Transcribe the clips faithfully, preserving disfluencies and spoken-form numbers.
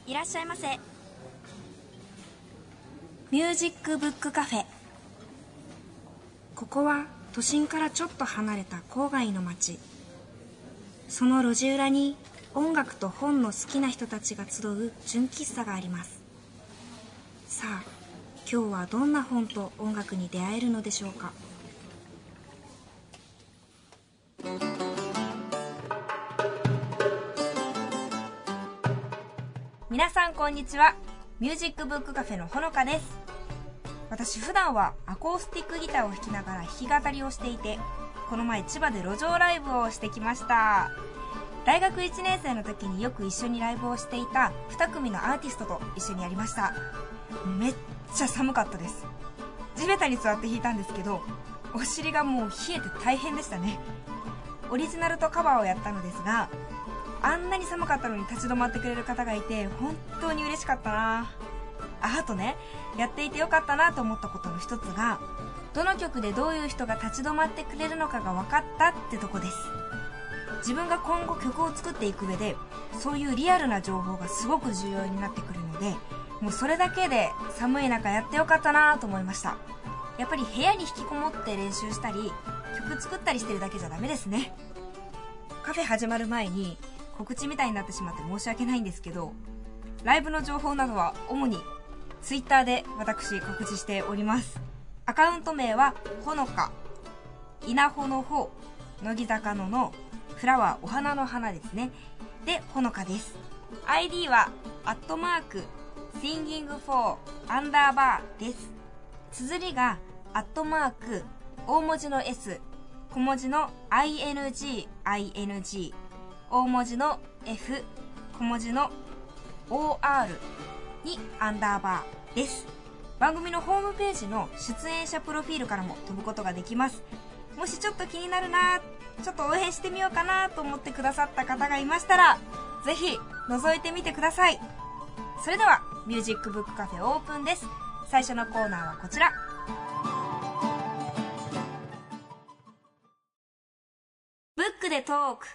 いらっしゃいませ。ミュージックブックカフェ。ここは都心からちょっと離れた郊外の町。その路地裏に音楽と本の好きな人たちが集う純喫茶があります。さあ、今日はどんな本と音楽に出会えるのでしょうか。皆さんこんにちは。ミュージックブックカフェのほのかです。私普段はアコースティックギターを弾きながら弾き語りをしていて、この前千葉で路上ライブをしてきました。大学いちねん生の時によく一緒にライブをしていたに組のアーティストと一緒にやりました。めっちゃ寒かったです。地べたに座って弾いたんですけど、お尻がもう冷えて大変でしたね。オリジナルとカバーをやったのですが、あんなに寒かったのに立ち止まってくれる方がいて本当に嬉しかったなあ。あとね、やっていてよかったなと思ったことの一つが、どの曲でどういう人が立ち止まってくれるのかが分かったってとこです。自分が今後曲を作っていく上で、そういうリアルな情報がすごく重要になってくるので、もうそれだけで寒い中やってよかったなと思いました。やっぱり部屋に引きこもって練習したり曲作ったりしてるだけじゃダメですね。カフェ始まる前に告知みたいになってしまって申し訳ないんですけど、ライブの情報などは主にツイッターで私告知しております。アカウント名はほのか、稲穂の穂、乃木坂のの、フラワーお花の花ですねでほのかです。 アイディー はアットマーク シンギングフォー アンダーバーです。綴りがアットマーク大文字の S、 小文字の アイエヌジー、アイエヌジー、大文字の F、 小文字の オーアール にアンダーバーです。番組のホームページの出演者プロフィールからも飛ぶことができます。もしちょっと気になるな、ちょっと応援してみようかなと思ってくださった方がいましたら、ぜひ覗いてみてください。それではミュージックブックカフェオープンです。最初のコーナーはこちら、ブックでトーク。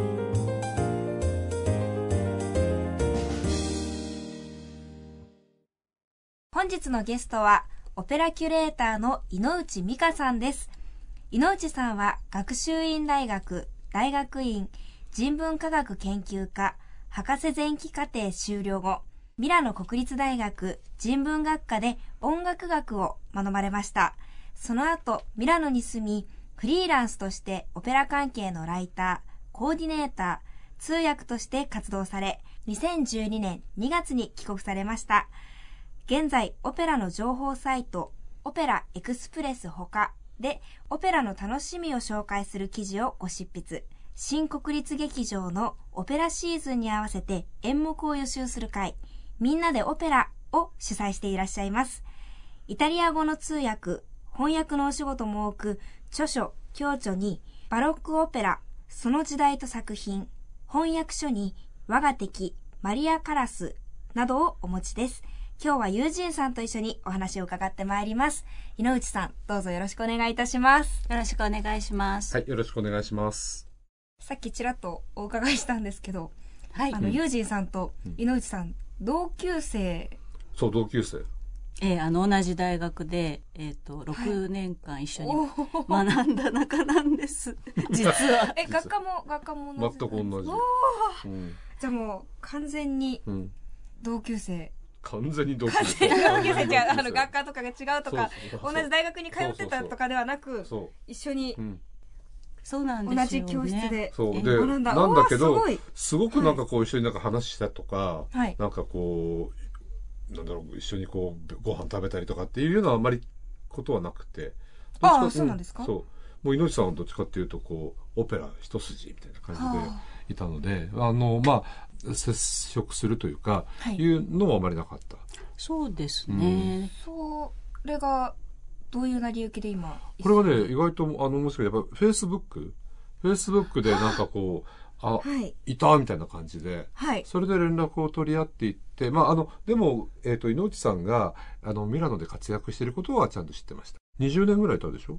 本日のゲストはオペラキュレーターの井内美香さんです。井内さんは学習院大学大学院人文科学研究科博士前期課程修了後、ミラノ国立大学人文学科で音楽学を学ばれました。その後ミラノに住み、フリーランスとしてオペラ関係のライター、コーディネーター、通訳として活動され、にせんじゅうにねんにがつに帰国されました。現在オペラの情報サイトオペラエクスプレスほかでオペラの楽しみを紹介する記事をご執筆、新国立劇場のオペラシーズンに合わせて演目を予習する会、みんなでオペラを主催していらっしゃいます。イタリア語の通訳、翻訳のお仕事も多く、著書、教著にバロックオペラ、その時代と作品、翻訳書に我が敵、マリア・カラスなどをお持ちです。今日は友人さんと一緒にお話を伺ってまいります。井内さん、どうぞよろしくお願いいたします。 よろしくお願いします。 はい、よろしくお願いします。 さっきちらっとお伺いしたんですけど、 はい、 あの、うん、友人さんと井内さん、同級生。 そう、同級生。 えー、あの同じ大学で、えー、とろくねんかん一緒に学んだ仲なんです、はい、実は。 え、学科も学科も同じ。 全く同じ。 うん、じゃあもう完全に同級生。うん完全に同級生。 同級生じゃあの学科とかが違うとか、同じ大学に通ってたとかではなく、一緒にそうなんですよね。 同じ教室で学んだ。なんだけど、すごくなんかこう一緒になんか話したとか、なんかこうなんだろう、一緒にこうご飯食べたりとかっていうようなあんまりことはなくて。 ああ、そうなんですか。 そう。もう井内さんはどっちかっていうとこうオペラ一筋みたいな感じでいたので、あのまあ。接触するというか、はい、いうのはあまりなかった。 そうですね、うん、 それがどういう成り行きで今これはね、意外とあの面白い。やっぱフェイスブックフェイスブックでなんかこうあ、はい、いたみたいな感じで、はい、それで連絡を取り合っていって、まああのでも、えーと、井内さんがあのミラノで活躍していることはちゃんと知ってました。にじゅうねんぐらいいたでしょ。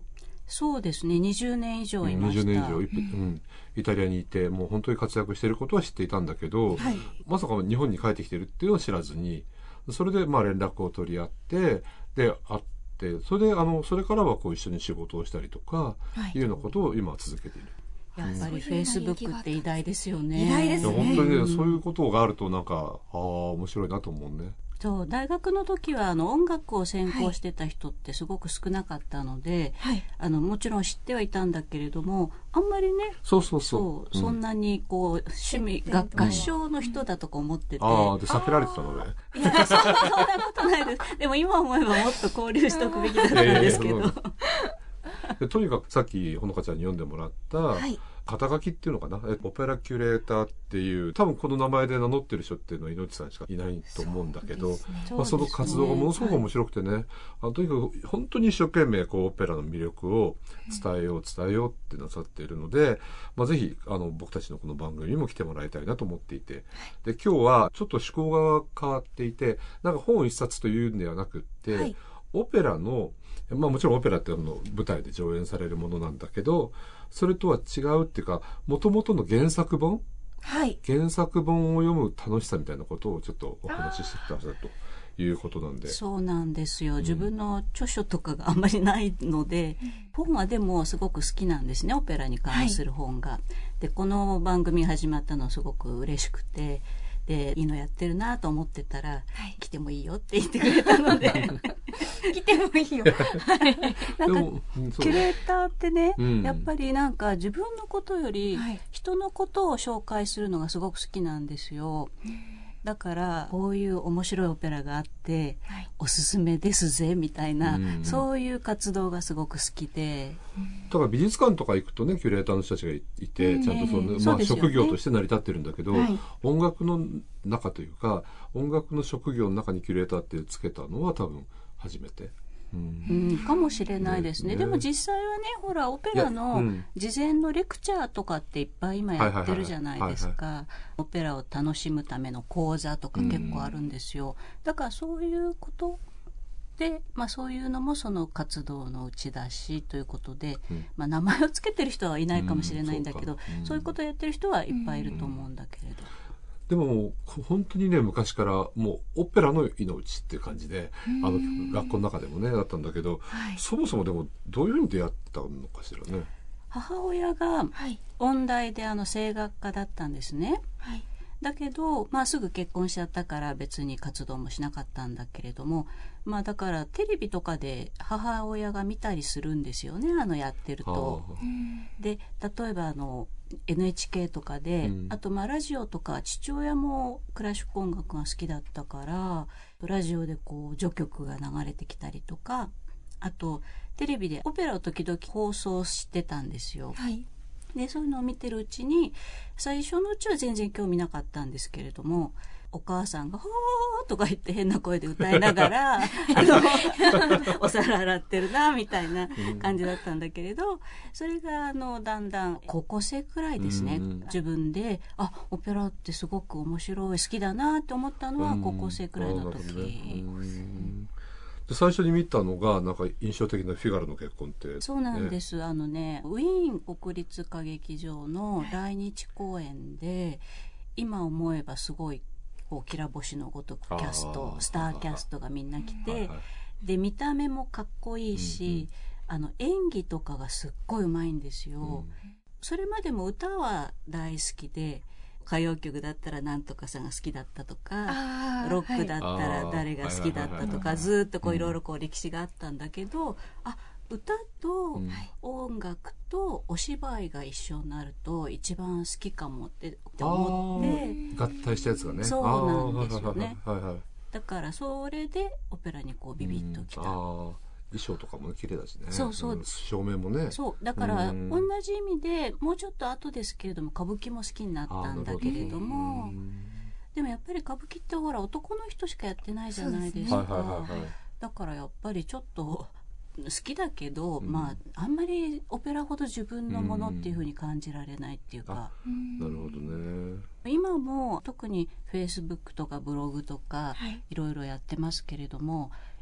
そうですね、にじゅうねん以上いました。 にじゅうねん以上、うん、イタリアにいてもう本当に活躍していることは知っていたんだけど、はい、まさか日本に帰ってきてるっていうのを知らずに、それでまあ連絡を取り合ってで会ってそれであのそれからはこう一緒に仕事をしたりとか、はい、いうようなことを今続けている。 やっぱりフェイスブックって偉大ですよね。 偉大ですね。 本当にね、うん、そういうことがあるとなんかああ面白いなと思うね。 そう、大学の時はあの音楽を専攻してた人ってすごく少なかったので、はい、あのもちろん知ってはいたんだけれども、あんまりね、 そうそうそう、 そう、うん、そんなにこう趣味、うん、合唱の人だとか思ってて、 ああ、で避けられてたのね。 いや、そんなことないです。でも今思えばもっと交流しておくべきだったんですけど。えーでとにかくさっきほのかちゃんに読んでもらった、はい、肩書きっていうのかな、オペラキュレーターっていう多分この名前で名乗ってる人っていうのは猪内さんしかいないと思うんだけど、 そ,、ねまあ、その活動がものすごく面白くてね、はい、あのとにかく本当に一生懸命こうオペラの魅力を伝えよう伝えようってなさっているので、まあ、ぜひあの僕たちのこの番組にも来てもらいたいなと思っていて、で今日はちょっと趣向が変わっていて、なんか本一冊というんではなくって、はい、オペラのまあもちろんオペラってあの舞台で上演されるものなんだけど、それとは違うっていうか、元々の原作本、はい、原作本を読む楽しさみたいなことをちょっとお話ししてくださいということなんで。 そうなんですよ、うん、自分の著書とかがあんまりないので、うん、本はでもすごく好きなんですね、オペラに関する本が、はい、でこの番組始まったのはすごく嬉しくて、でいいのやってるなと思ってたら、はい、来てもいいよって言ってくれたので来てもいいよなんかキュレーターってね、うん、やっぱりなんか自分のことより人のことを紹介するのがすごく好きなんですよ。だからこういう面白いオペラがあって、はい、おすすめですぜみたいな、うん、そういう活動がすごく好きで、 だから美術館とか行くとね、キュレーターの人たちがいて、うん、ちゃんとその、まあ、ね、職業として成り立ってるんだけど、はい、音楽の中というか音楽の職業の中にキュレーターってつけたのは多分初めて、 うんうん、かもしれないですね。ね、でも実際はね、ほらオペラの事前のレクチャーとかっていっぱい今やってるじゃないですか。オペラを楽しむための講座とか結構あるんですよ。だからそういうことで、まあ、そういうのもその活動の打ち出しということで、うん、まあ、名前をつけてる人はいないかもしれないんだけど、うん、そう、うん、そういうことをやってる人はいっぱいいると思うんだけれど、 でも本当にね、昔からもうオペラの命っていう感じで、あの学校の中でもねだったんだけど、はい、そもそもでもどういうふうに出会ったのかしらね。 母親が音大であの声楽家だったんですね、はい、だけど、まあ、すぐ結婚しちゃったから別に活動もしなかったんだけれども、まあ、だからテレビとかで母親が見たりするんですよね、あのやってると。で例えばあの エヌエイチケー とかで、うん、あとまあラジオとか、父親もクラシック音楽が好きだったからラジオでこう序曲が流れてきたりとか、あとテレビでオペラを時々放送してたんですよ、はい、でそういうのを見てるうちに、最初のうちは全然興味なかったんですけれども、お母さんがほーとか言って変な声で歌いながらあのお皿洗ってるなみたいな感じだったんだけれど、それがあのだんだん高校生くらいですね、自分であオペラってすごく面白い好きだなって思ったのは高校生くらいの時。 で最初に見たのがなんか印象的なフィガロの結婚って、ね、 そうなんです。あのね、ウィーン国立歌劇場の来日公演で、今思えばすごいこうきら星のごとくキャスト、スターキャストがみんな来て、はいはい、で見た目もかっこいいし、うんうん、あの演技とかがすっごいうまいんですよ、うん、それまでも歌は大好きで、歌謡曲だったらなんとかさんが好きだったとか、ロックだったら誰が好きだったとか、ずっとこういろいろこう歴史があったんだけど、うん、あ歌と音楽とお芝居が一緒になると一番好きかもって思って合体したやつがね。 そうなんですよね、はいはい、だからそれでオペラにこうビビッときた、うん、あ衣装とかも綺麗だしね。 そうそう、 照明もね。 そうだから同じ意味でもうちょっと後ですけれども歌舞伎も好きになったんだけれども、でもやっぱり歌舞伎ってほら男の人しかやってないじゃないですか、はいはいはいはい、だからやっぱりちょっと好きだけど、うん、まああんまりオペラほど自分のものっていう風に感じられないっていうか、 うん、なるほどね。 今も特にフェイスブックとかブログとか、はい、いろいろやってますけれども、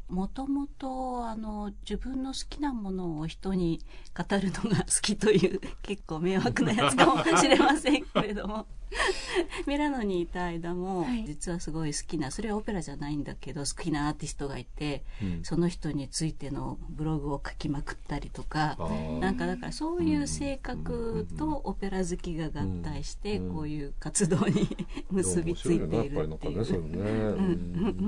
もともとあの自分の好きなものを人に語るのが好きという結構迷惑なやつかもしれませんけれどもミラノにいた間も、はい、実はすごい好きな、それはオペラじゃないんだけど好きなアーティストがいて、うん、その人についてのブログを書きまくったりとか、なんかだからそういう性格とオペラ好きが合体して、うん、こういう活動に結びついているっていう。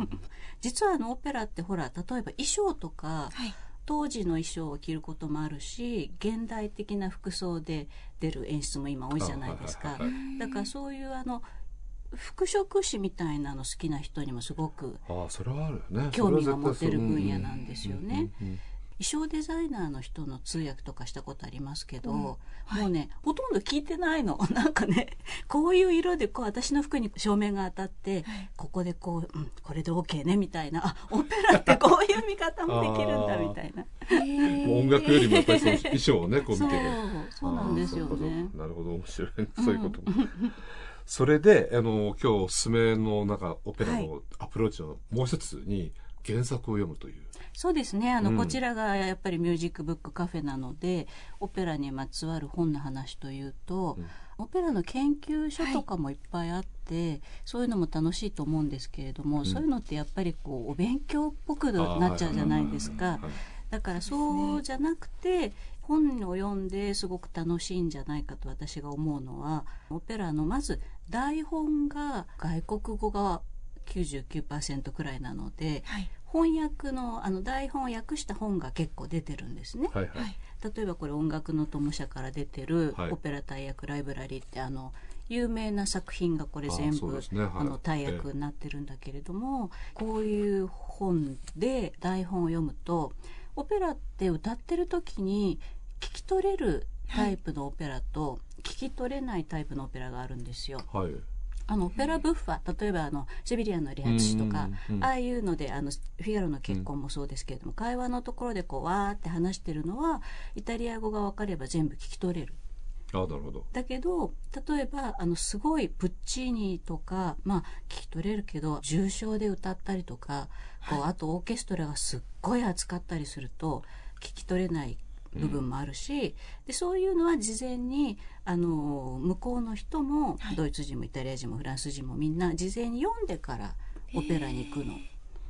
実はあのオペラってほら、例えば衣装とか、はい、当時の衣装を着ることもあるし、現代的な服装で出る演出も今多いじゃないですか。だからそういうあの服飾誌みたいなの好きな人にもすごく興味が持てる分野なんですよね。衣装デザイナーの人の通訳とかしたことありますけど、うん、はい、もうねほとんど聞いてないの。なんかね、こういう色でこう私の服に照明が当たって、はい、ここでこう、うん、これで OK ねみたいな、あ、オペラってこういう見方もできるんだみたいな。 音楽よりもやっぱりその衣装をねこう見てる。 そうそうなんですよね。 なるほど、面白い、そういうことも。それであの今日おすすめのなんかオペラのアプローチのもう一つに原作を読むという。 そうですね、あの、うん、こちらがやっぱりミュージックブックカフェなので、オペラにまつわる本の話というと、うん、オペラの研究書とかもいっぱいあって、はい、そういうのも楽しいと思うんですけれども、うん、そういうのってやっぱりこうお勉強っぽくなっちゃうじゃないですか。だからそうじゃなくて、本を読んですごく楽しいんじゃないかと私が思うのは、オペラのまず台本が外国語が きゅうじゅうきゅうパーセント くらいなので、はい、翻訳の、あの台本を訳した本が結構出てるんですね。はいはい、例えばこれ音楽の友社から出てるオペラ大訳ライブラリーって、あの有名な作品がこれ全部 あ、ね、はい、あの大訳になってるんだけれども、えー、こういう本で台本を読むと、オペラって歌ってる時に聞き取れるタイプのオペラと聞き取れないタイプのオペラがあるんですよ。はい、あのオペラブッファ、例えばあのシェビリアンの離発詩とか、うんうん、ああいうので、あのフィガロの結婚もそうですけれども、うん、会話のところでこうわーって話してるのはイタリア語が分かれば全部聞き取れる。 あ、なるほど。 だけど例えばあのすごいプッチーニとか、まあ聞き取れるけど重唱で歌ったりとか、こう、はい、あとオーケストラがすっごい扱ったりすると聞き取れない部分もあるし、うん、でそういうのは事前にあの向こうの人も、はい、ドイツ人もイタリア人もフランス人もみんな事前に読んでからオペラに行くの。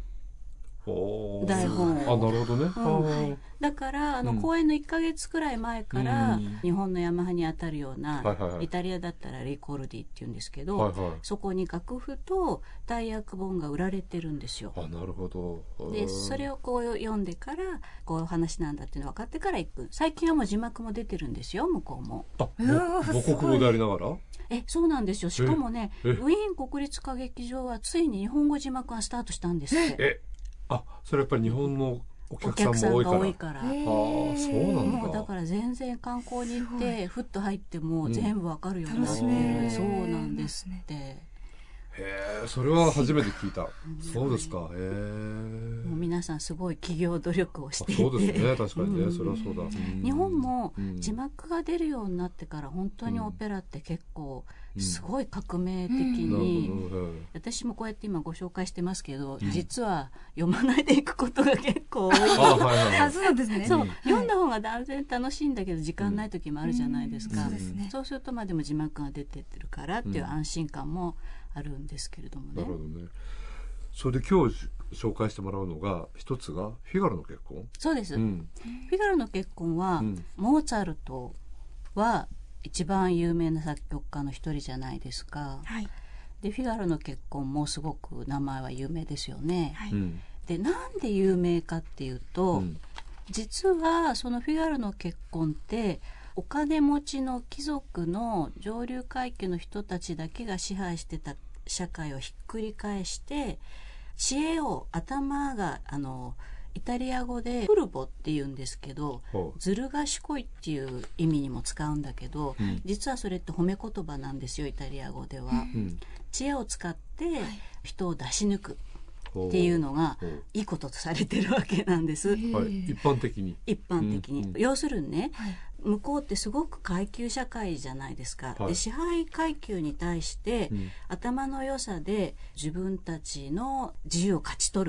台本を。 あ、なるほどね。 うんはい、だからあの、うん、公演のいっかげつくらい前から、うん、日本のヤマハにあたるような、はいはいはい、イタリアだったらリコルディっていうんですけど、はいはい、そこに楽譜と大訳本が売られてるんですよ。 あ、なるほど。 でそれをこう読んでからこういう話なんだっていうの分かってから行く。最近はもう字幕も出てるんですよ、向こうも。 あ、母国語でありながら。 え、そうなんですよ。しかもね、ウィーン国立歌劇場はついに日本語字幕がスタートしたんですって。 えあ、それやっぱり日本のお客さんも多いから。 お客さんが多いから。ああ、 そうなんだ。 もうだから全然観光に行ってふっと入っても全部わかるようになってる、うん、そうなんですって。 へえ、それは初めて聞いた。そうですか。へえ。 もう皆さんすごい企業努力をしていて。 そうですね、確かにね、うん、それはそうだ。 日本も字幕が出るようになってから本当にオペラって結構すごい革命的に、うん、私もこうやって今ご紹介してますけど、うん、実は読まないでいくことが結構多いはずなんですね。 そう、読んだ方が断然楽しいんだけど時間ない時もあるじゃないですか。 うん、そうですね。 そうするとまあでも字幕が出てってるからっていう安心感もあるんですけれどもね。 なるほどね。それで今日紹介してもらうのが一つがフィガロの結婚。 そうです、うん、フィガロの結婚は、うん、モーツァルトは一番有名な作曲家の一人じゃないですか、はい、でフィガロの結婚もすごく名前は有名ですよね、はい、でなんで有名かっていうと、うん、実はそのフィガロの結婚ってお金持ちの貴族の上流階級の人たちだけが支配してた社会をひっくり返して、知恵を頭があのイタリア語でフルボって言うんですけど、ずる賢いっていう意味にも使うんだけど、うん、実はそれって褒め言葉なんですよ、イタリア語では、うん、知恵を使って人を出し抜くっていうのがいいこととされてるわけなんです、はい、 一般的に一般的に、うんうん、要するにね、はい、向こうってすごく階級社会じゃないですか、はい、で支配階級に対して、うん、頭の良さで自分たちの自由を勝ち取るっ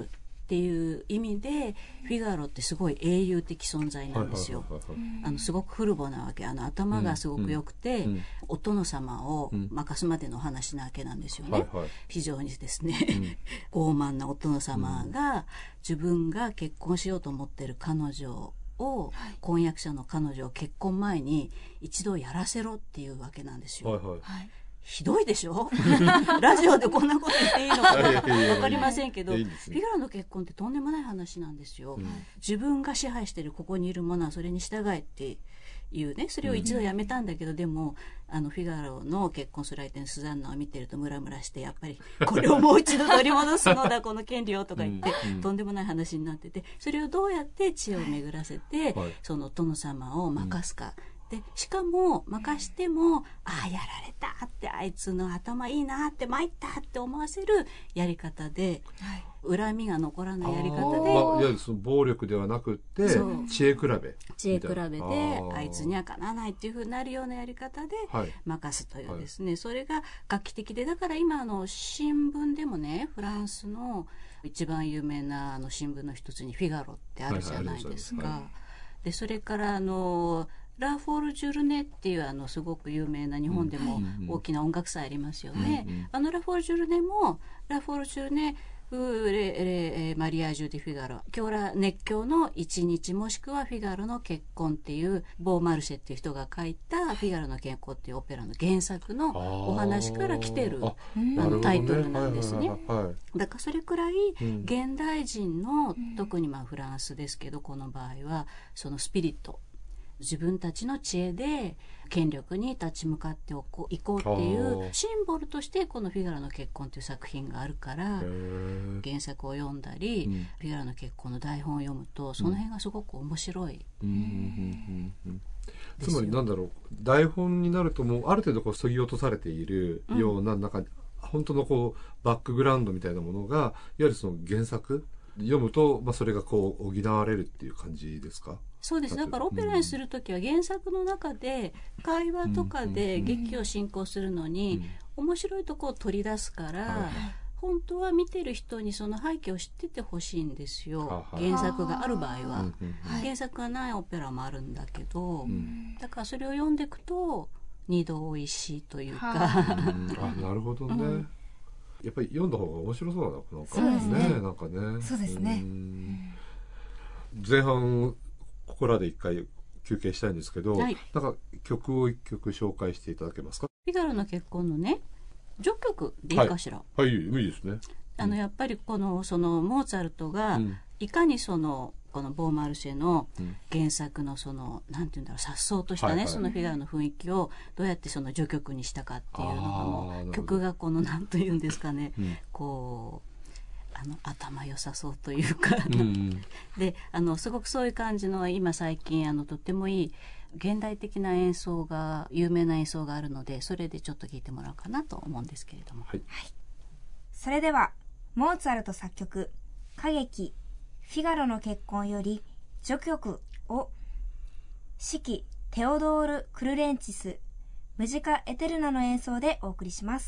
っていう意味でフィガロってすごい英雄的存在なんですよ。あのすごくフルボなわけ、あの頭がすごく良くて、うんうん、お殿様を任すまでの話なわけなんですよね、はいはい、非常にですね、うん、傲慢なお殿様が自分が結婚しようと思ってる彼女を、はい、婚約者の彼女を結婚前に一度やらせろっていうわけなんですよ、はいはいはい、ひどいでしょラジオでこんなこと言っていいのか分かりませんけど、フィガロの結婚ってとんでもない話なんですよ、うん、自分が支配してるここにいるものはそれに従えっていうね、それを一度やめたんだけど、うん、でもあのフィガロの結婚する相手のスザンナを見てるとムラムラして、やっぱりこれをもう一度取り戻すのだこの権利をとか言って、うん、とんでもない話になってて、それをどうやって知恵を巡らせて、はい、その殿様を任すか、うん、でしかも任しても、ああやられたって、あいつの頭いいなって参ったって思わせるやり方で、はい、恨みが残らないやり方で、 まあ、いやその暴力ではなくって知恵比べ知恵比べで あ, あいつにはかなわないっていう風になるようなやり方で任すというですね、はい、それが画期的で、だから今あの新聞でもね、フランスの一番有名なあの新聞の一つにフィガロってあるじゃないですか、はいはい、でそれからあのラ・フォール・ジュルネっていうあのすごく有名な日本でも大きな音楽祭ありますよね、うんうん、あのラ・フォール・ジュルネもラ・フォール・ジュルネレレマリアージュ・ディ・フィガロ、今日ら熱狂の一日、もしくはフィガロの結婚っていうボー・マルシェっていう人が書いたフィガロの結婚っていうオペラの原作のお話から来てるああのタイトルなんですね。だからそれくらい現代人の、うん、特にまあフランスですけど、この場合はそのスピリット、自分たちの知恵で権力に立ち向かっておこういこうっていうシンボルとしてこのフィガロの結婚という作品があるから、原作を読んだり、うん、フィガロの結婚の台本を読むとその辺がすごく面白い、うんうんうん、 つまりなんだろう、台本になるともうある程度こう削ぎ落とされているような、うん、なんか本当のこうバックグラウンドみたいなものがいわゆるその原作読むと、まあ、それがこう補われるっていう感じですか？ そうです。だからオペラにするときは原作の中で会話とかで劇を進行するのに面白いところを取り出すから、本当は見てる人にその背景を知っててほしいんですよ、原作がある場合は。原作がないオペラもあるんだけど、だからそれを読んでいくと二度おいしいというかあ、なるほどね、うん、やっぱり読んだ方が面白そうだな、なんかね、そうですね、なんかね、 そうですね、 前半ここらで一回休憩したいんですけど、はい、なんか曲を一曲紹介していただけますか？ フィガロの結婚のね、序曲でいいかしら？ はい、はい、いいですね。 あのやっぱりこのそのモーツァルトがいかにそのこのボー・マルシェの原作のそのなんていうんだろう、颯爽としたね、はいはい、そのフィガロの雰囲気をどうやってその序曲にしたかっていうのがもう曲がこのなんというんですかね、うん、こうあの頭良さそうというかうん、うん、であのすごくそういう感じの今最近あのとってもいい現代的な演奏が有名な演奏があるので、それでちょっと聴いてもらおうかなと思うんですけれども、はいはい、 それではモーツァルト作曲歌劇フィガロの結婚より序曲を指揮テオドール・クルレンチスムジカ・エテルナの演奏でお送りします。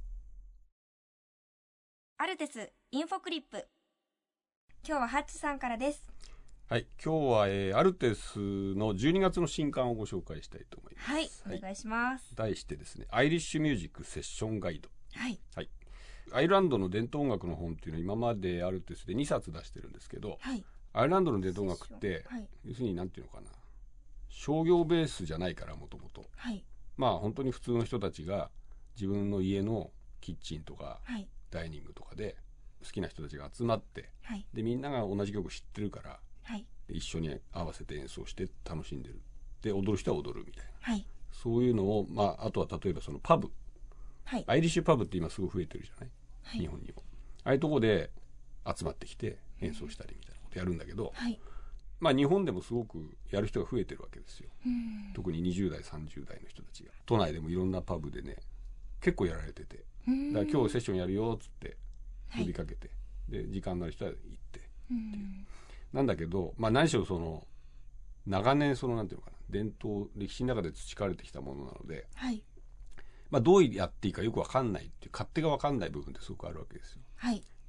アルテスインフォクリップ、今日はハッチさんからです。 はい、今日は、えー、アルテスのじゅうにがつの新刊をご紹介したいと思います。 はい、お願いします。 題してですね、アイリッシュミュージックセッションガイド。 はい、 はい、アイルランドの伝統音楽の本っていうのは今までアルテスでにさつ出してるんですけど、はい、アイルランドの伝統音楽って、はい、要するになんていうのかな、商業ベースじゃないから、もともとまあ本当に普通の人たちが自分の家のキッチンとか、はい、ダイニングとかで好きな人たちが集まって、はい、でみんなが同じ曲知ってるから、はい、一緒に合わせて演奏して楽しんでる、で踊る人は踊るみたいな、はい、そういうのを、まあ、あとは例えばそのパブ、はい、アイリッシュパブって今すごい増えてるじゃない、はい、日本にもああいうとこで集まってきて演奏したりみたいなことやるんだけど、はい、まあ日本でもすごくやる人が増えてるわけですよ。特ににじゅう代さんじゅう代の人たちが都内でもいろんなパブでね結構やられてて、だから今日セッションやるよっつって呼びかけて、はい、で時間のある人は行ってっていうなんだけど、まあ何しろその長年そのなんていうのかな、伝統歴史の中で培われてきたものなので、はい、まあどうやっていいかよく分かんないっていう、勝手が分かんない部分ってすごくあるわけですよ。はい、で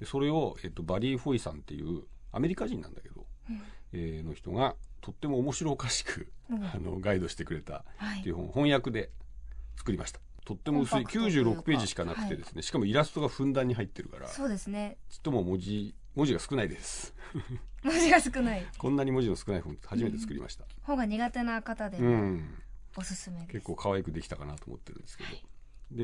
でそれを、えっと、バリー・フォイさんっていうアメリカ人なんだけど、うんえー、の人がとっても面白おかしく、うん、あのガイドしてくれたっていう本、はい、翻訳で作りました。とっても薄いきゅうじゅうろくページしかなくてですね、はい、しかもイラストがふんだんに入ってるから、 そうですね、 ちっとも文字文字が少ないです文字が少ないこんなに文字の少ない本初めて作りました、うん、 本が苦手な方でもおすすめです、うん、 結構可愛くできたかなと思ってるんですけど、はい、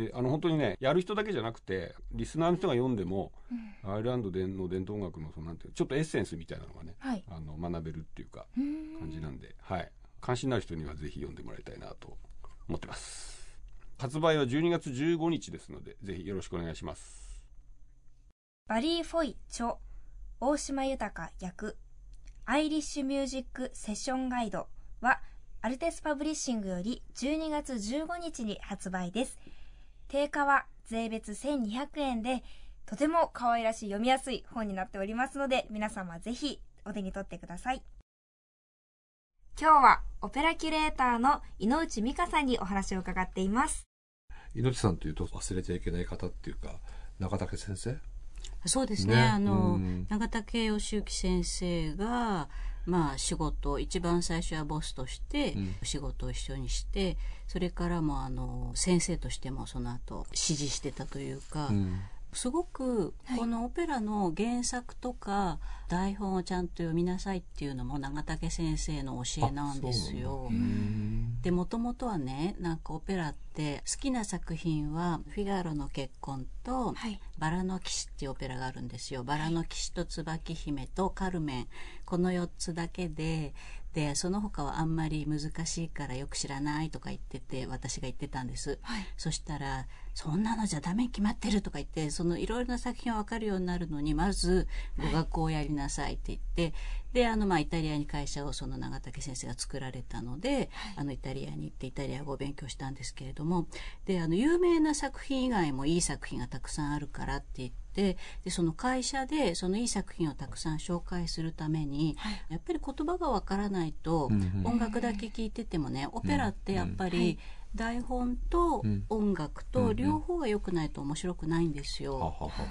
であの本当にねやる人だけじゃなくてリスナーの人が読んでも、うん、アイルランドの伝統音楽のそのなんていうちょっとエッセンスみたいなのがね、はい、あの学べるっていうか感じなんで、はい、関心のある人にはぜひ読んでもらいたいなと思ってます。発売はじゅうにがつじゅうごにちですのでぜひよろしくお願いします。 バリー・フォイ著、大島豊訳、アイリッシュミュージックセッションガイドはアルテスパブリッシングよりじゅうにがつじゅうごにちに発売です。定価は税別せんにひゃくえんで、とても可愛らしい読みやすい本になっておりますので、皆様ぜひお手に取ってください。今日はオペラキュレーターの井内美香さんにお話を伺っています。 井内さんというと忘れちゃいけない方っていうか、中竹先生。 そうですね、ね、あの永竹義之先生が、まあ、仕事一番最初はボスとして仕事を一緒にして、うん、それからもあの先生としてもその後指示してたというか、うん、すごくこのオペラの原作とか台本をちゃんと読みなさいっていうのも永竹先生の教えなんですよ。でもともとはね、なんかオペラって好きな作品はフィガロの結婚とバラの騎士っていうオペラがあるんですよ。バラの騎士と椿姫とカルメン、このよっつだけで、でその他はあんまり難しいからよく知らないとか言ってて、私が言ってたんです、はい、そしたらそんなのじゃダメに決まってるとか言って、そのいろいろな作品が分かるようになるのにまず語学をやりなさいって言って、はい、であのまあイタリアに会社をその永竹先生が作られたので、はい、あのイタリアに行ってイタリア語を勉強したんですけれども、であの有名な作品以外もいい作品がたくさんあるからって言ってで, でその会社でそのいい作品をたくさん紹介するために、はい、やっぱり言葉がわからないと、うんうん、音楽だけ聴いててもね、オペラってやっぱり台本と音楽と両方が良くないと面白くないんですよ、うんうん、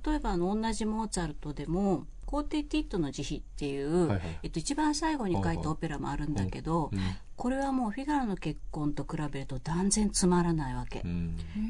例えばあの同じモーツァルトでも皇帝ティットの慈悲っていう、はいはい、えっと、一番最後に書いたオペラもあるんだけど、うんうん、これはもうフィガロの結婚と比べると断然つまらないわけ、うん、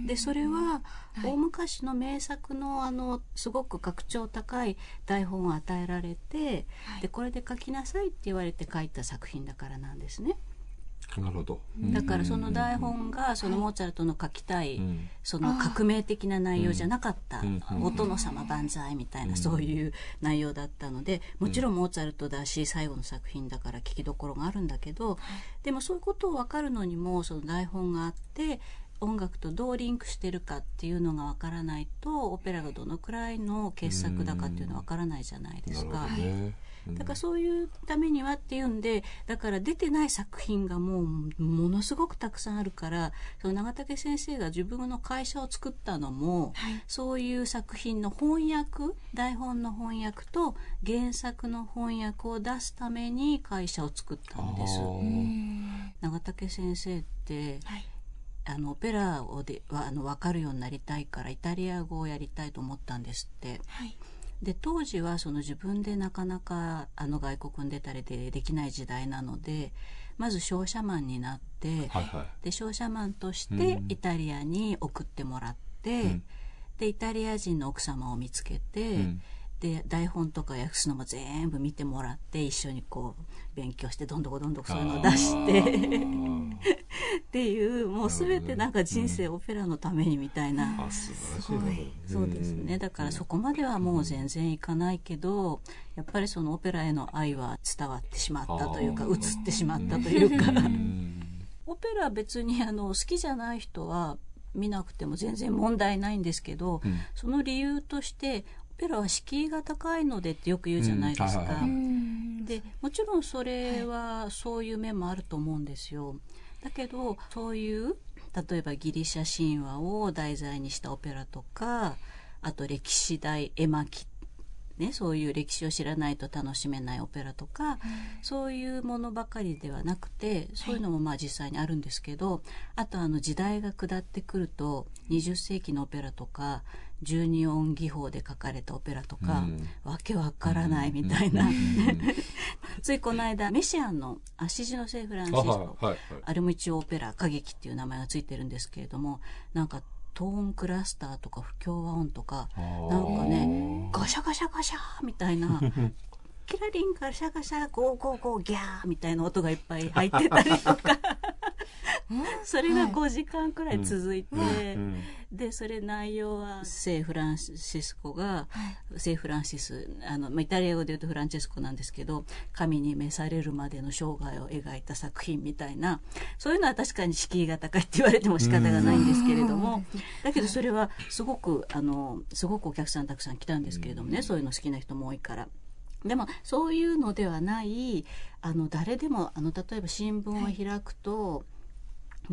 でそれは大昔の名作のあのすごく格調高い台本を与えられて、はい、でこれで書きなさいって言われて書いた作品だからなんですね。 なるほど。 だからその台本がそのモーツァルトの書きたい、はい、その革命的な内容じゃなかった、お殿様万歳みたいな、そういう内容だったので、もちろんモーツァルトだし最後の作品だから聞きどころがあるんだけど、でもそういうことを分かるのにもその台本があって音楽とどうリンクしてるかっていうのが分からないと、オペラがどのくらいの傑作だかっていうのは分からないじゃないですか。だからそういうためにはっていうんで、だから出てない作品がもうものすごくたくさんあるから、その永竹先生が自分の会社を作ったのも、はい、そういう作品の翻訳、台本の翻訳と原作の翻訳を出すために会社を作ったんです。永竹先生って、はい、あのオペラをではあの分かるようになりたいからイタリア語をやりたいと思ったんですって、はい、で当時はその自分でなかなかあの外国に出たりでできない時代なので、まず商社マンになって、はいはい、で商社マンとしてイタリアに送ってもらって、うん、でイタリア人の奥様を見つけて、うん、で台本とか訳すのも全部見てもらって一緒にこう勉強してどんどこどんどこそういうのを出してっていう、もう全てなんか人生オペラのためにみたいな、 すごいそうですね。だからそこまではもう全然いかないけど、やっぱりそのオペラへの愛は伝わってしまったというか、移ってしまったというかオペラ別にあの好きじゃない人は見なくても全然問題ないんですけど、うん、その理由としてオペラは敷居が高いのでってよく言うじゃないですか、うん、でもちろんそれはそういう面もあると思うんですよ。だけどそういう例えばギリシャ神話を題材にしたオペラとか、あと歴史大絵巻ね、そういう歴史を知らないと楽しめないオペラとか、うん、そういうものばかりではなくて、そういうのもまあ実際にあるんですけど、はい、あとあの時代が下ってくるとにじゅっせいきのオペラとかじゅうにおん技法で書かれたオペラとか、うん、わけわからないみたいな、うん、ついこの間メシアンのアシジの聖フランシスコ、はいはい、あれも一応オペラ歌劇っていう名前がついてるんですけれども、なんかトーンクラスターとか不協和音とかなんかねガシャガシャガシャみたいなキラリンガシャガシャゴーゴーゴーギャーみたいな音がいっぱい入ってたりとかそれがごじかんくらい続いて、はい、でそれ内容は聖フランシスコが、はい、聖フランシスあの、まあ、イタリア語で言うとフランチェスコなんですけど、神に召されるまでの生涯を描いた作品みたいな、そういうのは確かに敷居が高いって言われても仕方がないんですけれども、だけどそれはすごくあのすごくお客さんたくさん来たんですけれどもね、そういうの好きな人も多いから。でもそういうのではないあの誰でもあの例えば新聞を開くと、はい、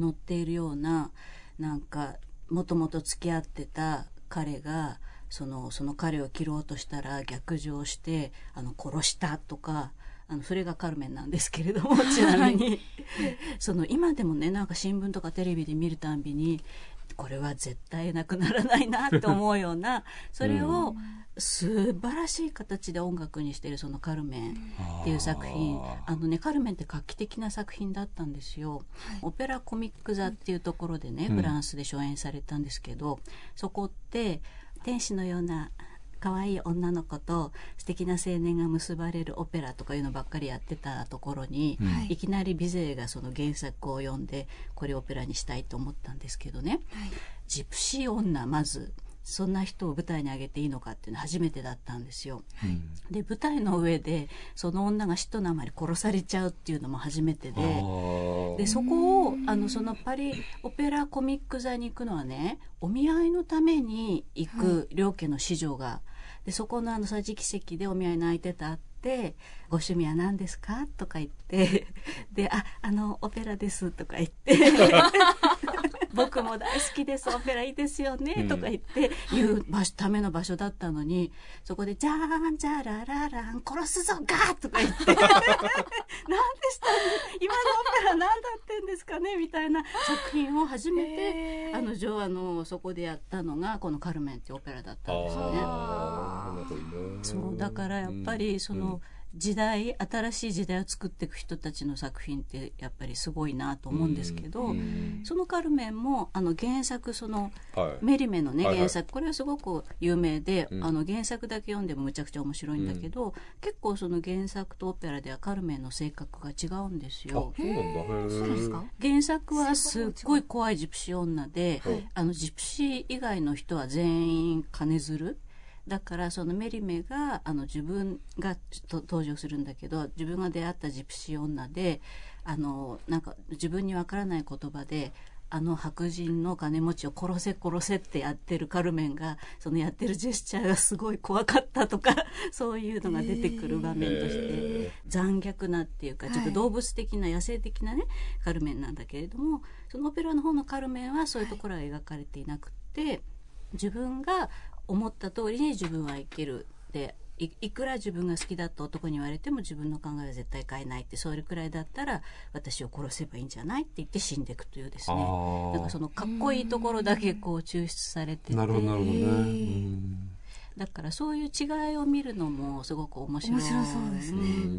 載っているようななんかもともと付き合ってた彼がその、その彼を切ろうとしたら逆上してあの殺したとか、あのそれがカルメンなんですけれどもちなみにその今でもねなんか新聞とかテレビで見るたんびにこれは絶対なくならないなと思うようなそれを素晴らしい形で音楽にしているそのカルメンっていう作品、あのねカルメンって画期的な作品だったんですよ、はい、オペラコミック座っていうところでね、うん、フランスで初演されたんですけど、そこって天使のような可愛い女の子と素敵な青年が結ばれるオペラとかいうのばっかりやってたところに、はい、いきなりビゼーがその原作を読んでこれオペラにしたいと思ったんですけどね、はい、ジプシー女、まずそんな人を舞台に上げていいのかっていうのは初めてだったんですよ、はい、で舞台の上でその女が死と生に殺されちゃうっていうのも初めてで、でそこをあのそのパリオペラコミック座に行くのはね、お見合いのために行く両家の子女が、はい、でそこのあの桟敷席でお見合いの相手と会って、ご趣味は何ですかとか言ってで、あ、あのオペラですとか言って僕も大好きですオペラいいですよね、うん、とか言って言うための場所だったのに、そこでジャーンジャラララン殺すぞガーとか言って何でしたね今のオペラ何だってんですかねみたいな作品を初めてあのジョアのそこでやったのがこのカルメンってオペラだったんですよね。あー、そうだからやっぱりその、うんうん、時代新しい時代を作っていく人たちの作品ってやっぱりすごいなと思うんですけど、うん、そのカルメンもあの原作その、はい、メリメのね原作、はいはい、これはすごく有名で、うん、あの原作だけ読んでもむちゃくちゃ面白いんだけど、うん、結構その原作とオペラではカルメンの性格が違うんですよ。 あ、そうなんだ。へそうですか。 原作はすっごい怖いジプシー女で、はい、あのジプシー以外の人は全員金づるだからそのメリメがあの自分が登場するんだけど、自分が出会ったジプシー女であのなんか自分にわからない言葉であの白人の金持ちを殺せ殺せってやってるカルメンがそのやってるジェスチャーがすごい怖かったとかそういうのが出てくる場面として残虐なっていうかちょっと動物的な野生的なねカルメンなんだけれども、そのオペラの方のカルメンはそういうところは描かれていなくて、自分が思った通りに自分は生きるで い, いくら自分が好きだと男に言われても自分の考えは絶対変えないって、それくらいだったら私を殺せばいいんじゃないって言って死んでいくというですね、なんかそのかっこいいところだけこう抽出されてて、 なるほどなるほどね、うん、 だからそういう違いを見るのもすごく面白い。 面白そうですね、うん、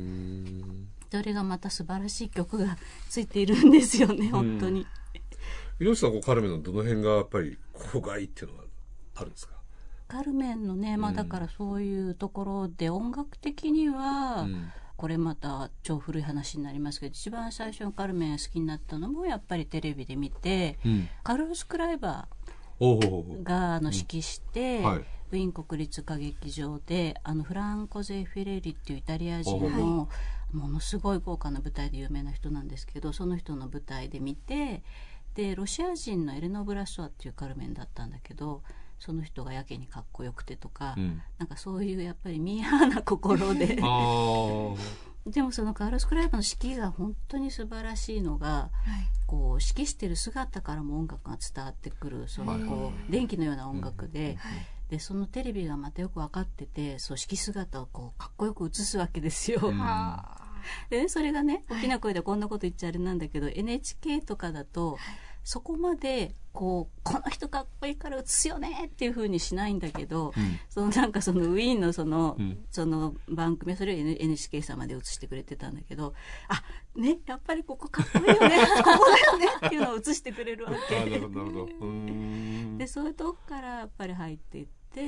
それがまた素晴らしい曲がついているんですよね、本当に。 猪木さんこうカルメンのどの辺がやっぱりここがいいっていうのがあるんですか？ カルメンのね、まあ、だからそういうところで音楽的には、うん、これまた超古い話になりますけど、一番最初のカルメン好きになったのもやっぱりテレビで見て、うん、カルロス・クライバーがあの指揮して、うんはい、ウィーン国立歌劇場であのフランコ・ゼ・フィレリっていうイタリア人のものすごい豪華な舞台で有名な人なんですけど、その人の舞台で見て、でロシア人のエレノ・ブラソワっていうカルメンだったんだけど、その人がやけにかっこよくてとか、うん、なんかそういうやっぱりミーハーな心ででもそのカーロス・クライバーの指揮が本当に素晴らしいのが、はい、こう指揮してる姿からも音楽が伝わってくる、そのこう電気のような音楽で、はい、 でそのテレビがまたよく分かってて、組織姿をこうかっこよく映すわけですよ、うん、でね、それがね大きな声でこんなこと言っちゃあれなんだけど、はい、エヌエイチケー とかだと、はい、そこまでこうこの人かっこいいから映すよねっていう風にしないんだけど、うん、そのなんかそのウィーンのその、うん、その番組はそれを エヌエイチケー 様で映してくれてたんだけど、あねやっぱりここかっこいいよねここだよねっていうのを映してくれるわけ。 あ、なるほどなるほど。うーん、 でそういうとこからやっぱり入っていって、うん、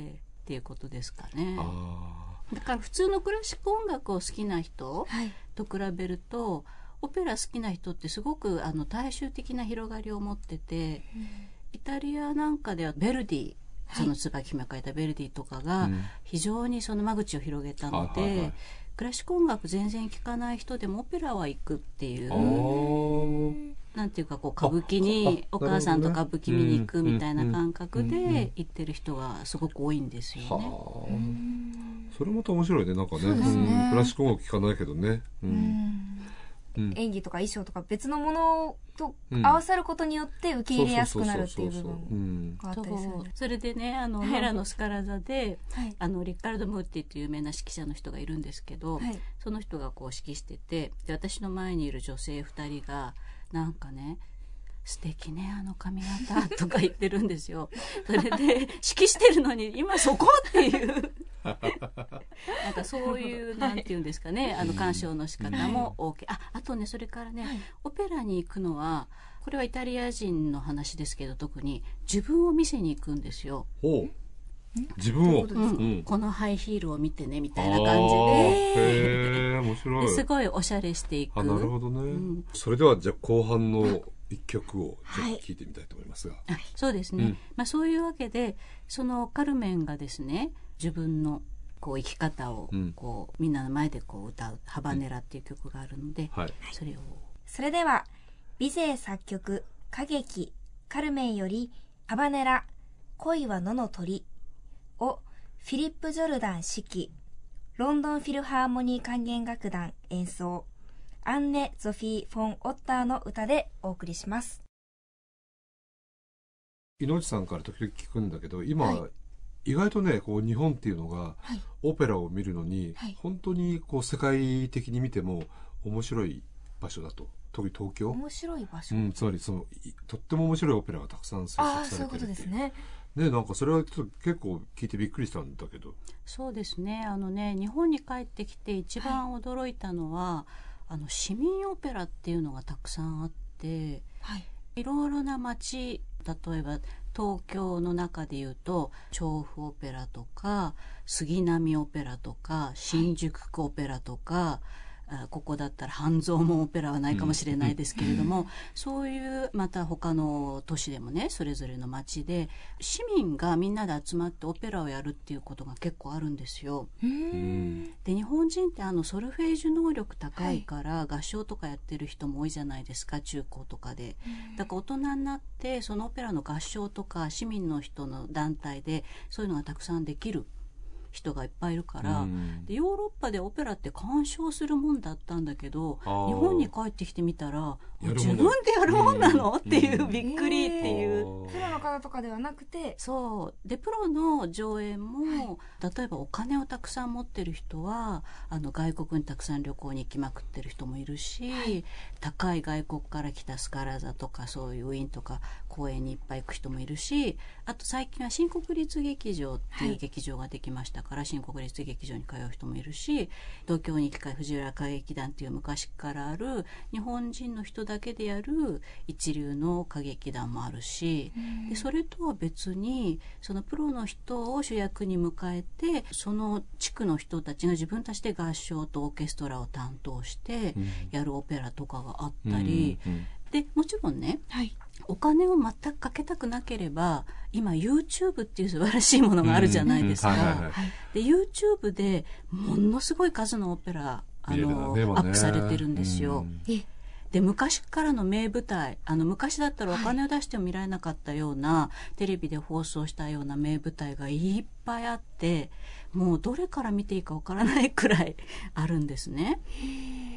っていうことですかね。 あ、 だから普通のクラシック音楽を好きな人と比べると、はい、オペラ好きな人ってすごくあの大衆的な広がりを持ってて、うん、イタリアなんかではベルディ、その椿姫が書いたベルディとかが非常にその間口を広げたので、うん、はいはいはい、クラシック音楽全然聴かない人でもオペラは行くっていう、なんていうかこう歌舞伎にお母さんと歌舞伎見に行くみたいな感覚で行ってる人がすごく多いんですよね。 はあ、それまた面白いね、なんか ね, ね、うん、クラシック音楽聴かないけどね、うんうん、演技とか衣装とか別のものと合わさることによって受け入れやすくなるっていう部分があったりする。 それでね、あのヘラのスカラ座で、はい、あのリッカルド・ムーティっていう有名な指揮者の人がいるんですけど、はい、その人がこう指揮してて、で私の前にいる女性ふたりがなんかね、素敵ねあの髪型とか言ってるんですよ。それで指揮してるのに今そこっていうなんかそういうなんていうんですかね、あの鑑賞の仕方も OK、はい、あ, あとねそれからね、はい、オペラに行くのはこれはイタリア人の話ですけど、特に自分を見せに行くんですよ。 ほう、自分を、 うんうん、このハイヒールを見てねみたいな感じで、 へー、面白い。 すごいおしゃれしていく。 あ、なるほどね、うん、それではじゃあ後半の一曲をちょっと聞いてみたいと思いますが、 はい、そうですね、うん、まあ、そういうわけでそのカルメンがですね、自分のこう生き方をこう、うん、みんなの前でこう歌うハバネラっていう曲があるので、うん、はい、それを。 それではビゼ作曲歌劇カルメンよりハバネラ恋は野の鳥をフィリップ・ジョルダン指揮、ロンドンフィルハーモニー管弦楽団演奏、アンネ・ゾフィー・フォン・オッターの歌でお送りします。 井内さんから時々聞くんだけど、今、はい、意外とねこう日本っていうのが、はい、オペラを見るのに、はい、本当にこう世界的に見ても面白い場所だと。特に東京、 面白い場所、 うん、つまりそのとっても面白いオペラがたくさん制作されてるっていう。あ、そういうことですね。ね、なんかそれはちょっと結構聞いてびっくりしたんだけど。 そうですね、あのね、日本に帰ってきて一番驚いたのは、はい、あの市民オペラっていうのがたくさんあって、はい、いろいろな街、例えば東京の中でいうと調布オペラとか杉並オペラとか新宿区オペラとか、はい、ここだったら半蔵門オペラはないかもしれないですけれども、うん、そういうまた他の都市でもね、それぞれの町で市民がみんなで集まってオペラをやるっていうことが結構あるんですよ。うん、で日本人ってあのソルフェージュ能力高いから、はい、合唱とかやってる人も多いじゃないですか、中高とかで。だから大人になってそのオペラの合唱とか市民の人の団体でそういうのがたくさんできる人がいっぱいいるから、うん、でヨーロッパでオペラって鑑賞するもんだったんだけど、日本に帰ってきてみたら自分でやるもんなの、うん、っていう、びっくりっていう、 プロの方とかではなくて、 そうでプロの上演も、はい、例えばお金をたくさん持ってる人はあの外国にたくさん旅行に行きまくってる人もいるし、はい、高い外国から来たスカラ座とかそういうウィーンとか公演にいっぱい行く人もいるし、あと最近は新国立劇場っていう劇場ができましたから、はい、新国立劇場に通う人もいるし、東京に藤原歌劇団っていう昔からある日本人の人だけでやる一流の歌劇団もあるし、でそれとは別にそのプロの人を主役に迎えて、その地区の人たちが自分たちで合唱とオーケストラを担当してやるオペラとかがあったり、うんうんうん、でもちろんね、はい、お金を全くかけたくなければ今 YouTube っていう素晴らしいものがあるじゃないですか。で YouTube でものすごい数のオペラあの、ね、アップされてるんですよ。で昔からの名舞台、あの昔だったらお金を出しても見られなかったような、はい、テレビで放送したような名舞台がいっぱいあって、もうどれから見ていいかわからないくらいあるんですね。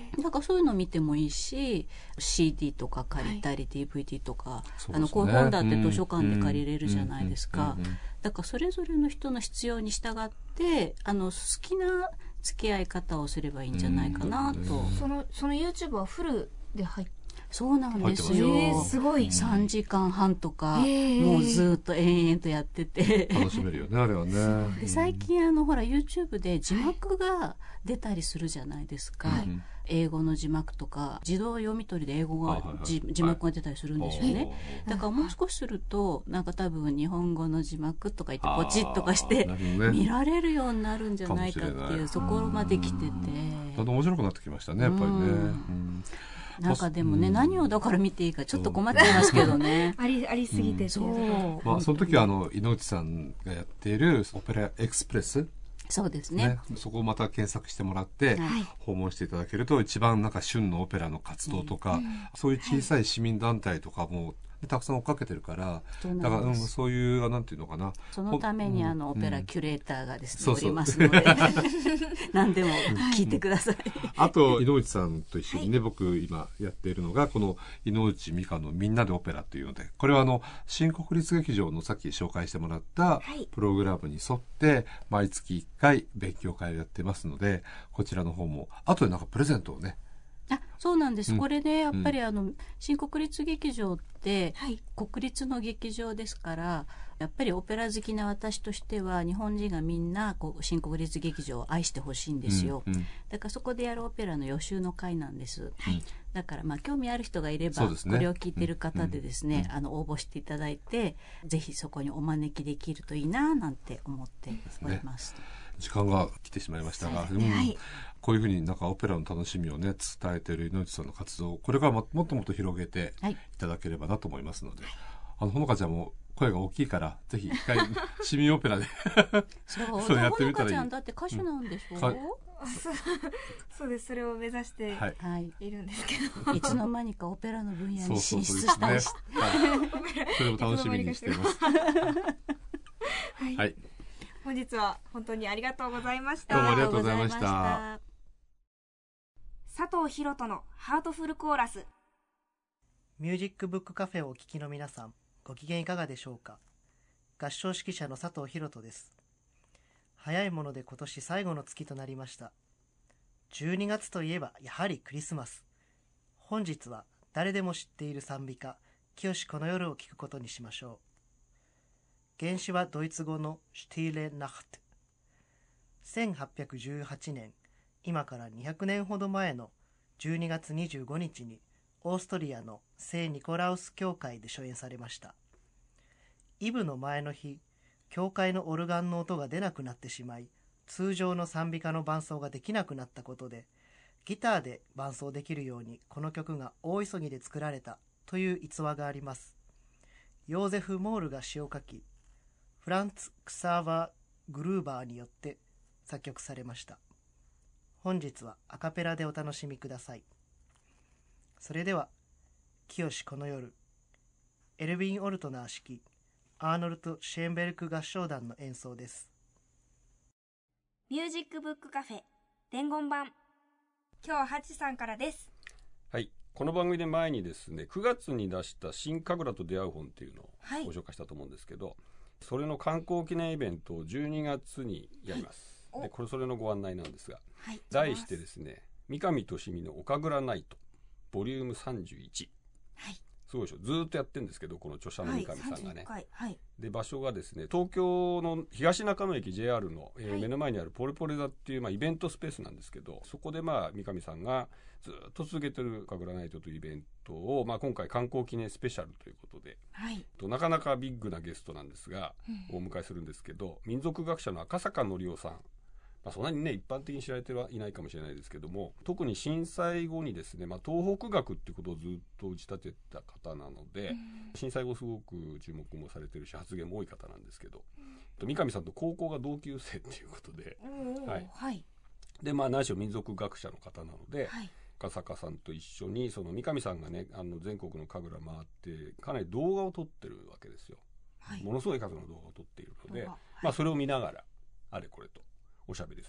なんかそういうの見てもいいし シーディー とか借りたり、はい、ディーブイディー とか、ね、あのこういう本だって図書館で借りれるじゃないですか。だからそれぞれの人の必要に従ってあの好きな付き合い方をすればいいんじゃないかなと。 そのその YouTube はフルで入ってそうなんですよ、 えー、すごいさんじかんはんとか、えー、もうずっと延々とやってて楽しめるよねあれはね。 で最近あのほら YouTube で字幕が出たりするじゃないですか、はい、英語の字幕とか自動読み取りで英語が、はいはいはい、字幕が出たりするんですよね、はい、だからもう少しするとなんか多分日本語の字幕とか言ってポチッとかして、ね、見られるようになるんじゃないかっていうところまで来ててだんだん面白くなってきましたねやっぱりね。うんなんかでもね、何をだから見ていいかちょっと困っちゃいますけどねありありすぎて、うん、 そう、 まあ、その時はあの井内さんがやっているオペラエクスプレス、 そうですね、ね、 そこをまた検索してもらって、はい、訪問していただけると一番なんか旬のオペラの活動とか、うん、そういう小さい市民団体とかもたくさん追っかけてるから、だから、うん、そういうなんていうのかな、 そのためにあの、うん、オペラキュレーターがですね、うん、おりますので何でも聞いてください、うん、 あと井内さんと一緒にね、はい、僕今やっているのがこの井内美香のみんなでオペラというので、これはあの新国立劇場のさっき紹介してもらったプログラムに沿って毎月いっかい勉強会をやってますので、こちらの方も後でなんかプレゼントをね、 あ、そうなんです、うん、これねやっぱりあの、うん、新国立劇場って、はい、国立の劇場ですからやっぱりオペラ好きな私としては日本人がみんなこう新国立劇場を愛してほしいんですよ、うんうん、だからそこでやるオペラの予習の会なんです、はい、だからまあ興味ある人がいれば、ね、これを聞いてる方でですね、うんうん、あの応募していただいてぜひそこにお招きできるといいななんて思っております、ね、 時間が来てしまいましたが、うん、はい、こういうふうになんかオペラの楽しみをね伝えている井内さんの活動、これからもっともっと広げていただければなと思いますので、はい、あのほのかちゃんも声が大きいからぜひ一回市民オペラでそうそうやってみたらいい。ほのかちゃんだって歌手なんでしょ、うん、そうそうです、それを目指しているんですけど、 はい、いつの間にかオペラの分野に進出したりして、 それも楽しみにしていますはい、はい、本日は本当にありがとうございました。 どうもありがとうございました。 佐藤博人のハートフルコーラス。 ミュージックブックカフェをお聞きの皆さん、ご機嫌いかがでしょうか。合唱指揮者の佐藤博人です。早いもので今年最後の月となりました。じゅうにがつといえばやはりクリスマス。本日は誰でも知っている賛美歌清この夜を聞くことにしましょう。原詞はドイツ語のシュティーレ・ナハト。せんはっぴゃくじゅうはちねん、今からにひゃくねんほど前のじゅうにがつにじゅうごにちにオーストリアの聖ニコラウス教会で初演されました。イブの前の日、教会のオルガンの音が出なくなってしまい、通常の賛美歌の伴奏ができなくなったことで、ギターで伴奏できるようにこの曲が大急ぎで作られたという逸話があります。ヨーゼフ・モールが詩を書き、フランツ・クサーバー・グルーバーによって作曲されました。本日はアカペラでお楽しみください。それでは、清この夜、エルヴィン・オルトナー指揮、アーノルト・シェーンベルク合唱団の演奏です。 ミュージックブックカフェ伝言版、今日はハチさんからです。 はい、この番組で前にですねくがつに出した新神楽と出会う本っていうのをご紹介したと思うんですけど、はい、それの観光記念イベントをじゅうにがつにやります、はい、でこれそれのご案内なんですが、はい、題してですね三上俊美の岡倉ナイトボリュームさんじゅういち、はい、すごいでしょ、ずーっとやってるんですけどこの著者の三上さんがね、はいはい、で場所がですね東京の東中野駅 ジェイアール の、えーはい、目の前にあるポルポレ座っていう、まあ、イベントスペースなんですけど、そこで、まあ、三上さんがずっと続けてる岡倉ナイトというイベントを、まあ、今回観光記念スペシャルということで、はい、となかなかビッグなゲストなんですが、うん、お迎えするんですけど、民族学者の赤坂則夫さん、まあ、そんなにね一般的に知られてはいないかもしれないですけども、特に震災後にですね、まあ、東北学っていうことをずっと打ち立てた方なので、うん、震災後すごく注目もされてるし発言も多い方なんですけど、うん、三上さんと高校が同級生っていうことで、はいはい、でまあ何しろ民族学者の方なので、はい、赤坂さんと一緒にその三上さんがねあの全国の神楽回ってかなり動画を撮ってるわけですよ、はい、ものすごい数の動画を撮っているので、はい、まあ、それを見ながらあれこれとおしゃべりするという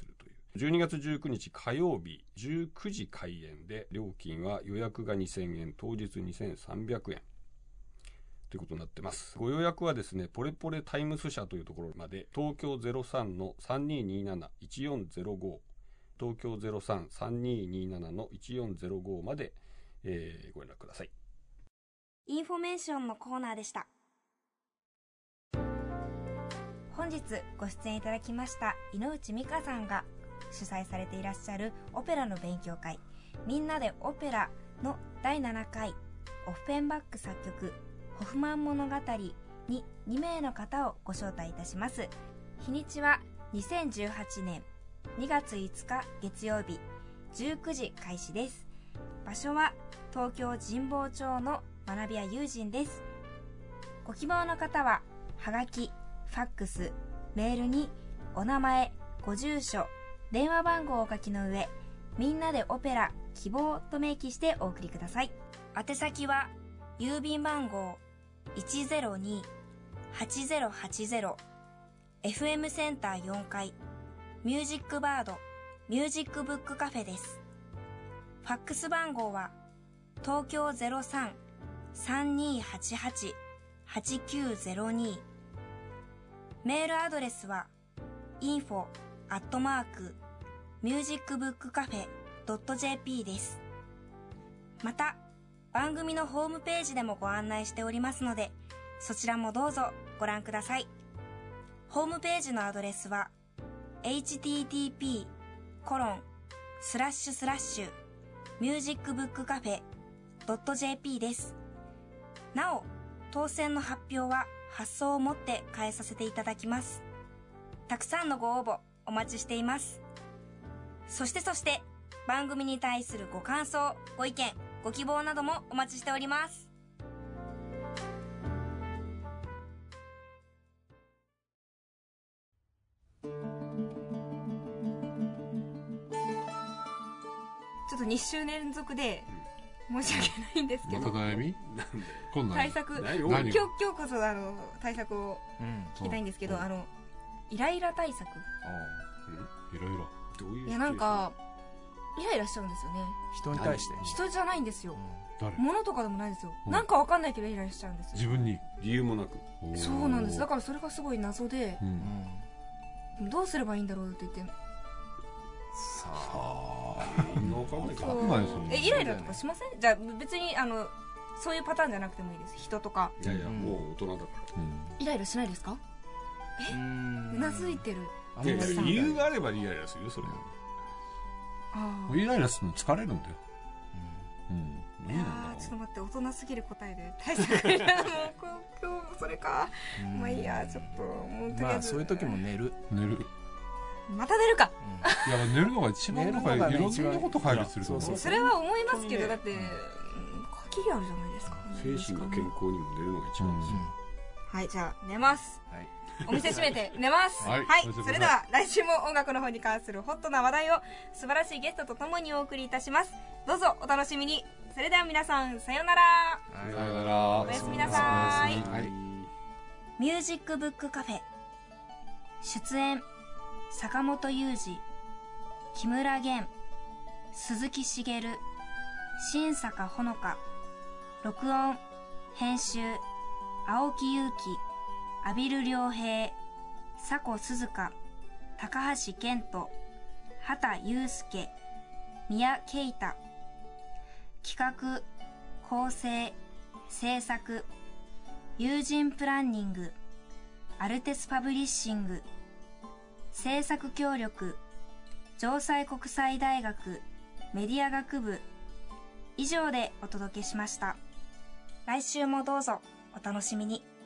じゅうにがつじゅうくにち火曜日じゅうくじ開演で、料金は予約がにせんえん、当日にせんさんびゃくえんということになってます。ご予約はですね、ポレポレタイムス社というところまで、東京 ゼロさんのさんにーにーなな いちよんゼロご、東京 ゼロさん さんにーにーなな のいちよんゼロごまで、えー、ご連絡ください。 インフォメーションのコーナーでした。本日ご出演いただきました井内美香さんが主催されていらっしゃるオペラの勉強会、みんなでオペラのだいななかい、オフペンバック作曲ホフマン物語ににめいの方をご招待いたします。日にちはにせんじゅうはちねんにがついつか月曜日じゅうくじ開始です。場所は東京神保町の学びや友人です。ご希望の方ははがき、ファックス、メールにお名前、ご住所、電話番号をお書きの上、みんなでオペラ希望と明記してお送りください。宛先は郵便番号 いちゼロにーはちゼロはちゼロ エフエム センターよんかいミュージックバードミュージックブックカフェです。ファックス番号は東京 ゼロさん さんにーはちはち はちきゅうゼロに、メールアドレスは インフォ アットマーク ミュージックブックカフェ ドット ジェーピー です。また番組のホームページでもご案内しておりますので、そちらもどうぞご覧ください。ホームページのアドレスは エイチティーティーピーコロンスラッシュスラッシュミュージックブックカフェ ドット ジェーピー です。なお当選の発表は発送をもって返させていただきます。たくさんのご応募お待ちしています。そしてそして番組に対するご感想、ご意見、ご希望などもお待ちしております。ちょっとにしゅうねん連続で申し訳ないんですけど、 また悩みなんでこんなん対策、 何今日今日こそあの対策を聞きたいんですけど、 うんあのイライラ対策。 いろいろどういういやなんかイライラしちゃうんですよね。 人に対して人じゃないんですよ。 誰物とかでもないですよ。 うんなんかわかんないけどイライラしちゃうんですよ。 自分に理由もなく。 おーそうなんです。だからそれがすごい謎で、 うんどうすればいいんだろうって言って。 さああみんなわかんないからわかんないですよねえイライラとかしません？じゃあ別にあのそういうパターンじゃなくてもいいです。人とかいやいや、 うんもう大人だから。 イライラしないですか？ うーんうなずいてる。 あんまりいやいや理由があればイライラするよ、それは。 あうんイライラするの疲れるんだようんあ。いやーちょっと待って、大人すぎる答えで対策いらもう今日今日それか。 うんまあいいや、ちょっともうとりあえず。 まあそういう時も寝る寝るまた寝るか。 いや寝るのが一番なんかい寝るのがねろんなこと解決すると思うそうそれは思いますけど、 本当にねだってうん限りあるじゃないですか。 精神の健康にも寝るのが一番ですよ。 はい、じゃあ寝ます。 はいお店閉めて寝ます。 はいはいおやすみなさいそれでは来週も音楽の方に関するホットな話題を素晴らしいゲストとともにお送りいたします。どうぞお楽しみに。それでは皆さんさようなら。 はいさよならおやすみなさい。 はいミュージックブックカフェ。出演坂本雄二、木村玄、鈴木茂、新坂ほのか。録音編集青木祐希、阿比留良平、佐古鈴香、高橋健人、畑祐介、宮慶太。企画構成制作友人プランニングアルテスパブリッシング。制作協力城西国際大学メディア学部。以上でお届けしました。来週もどうぞお楽しみに。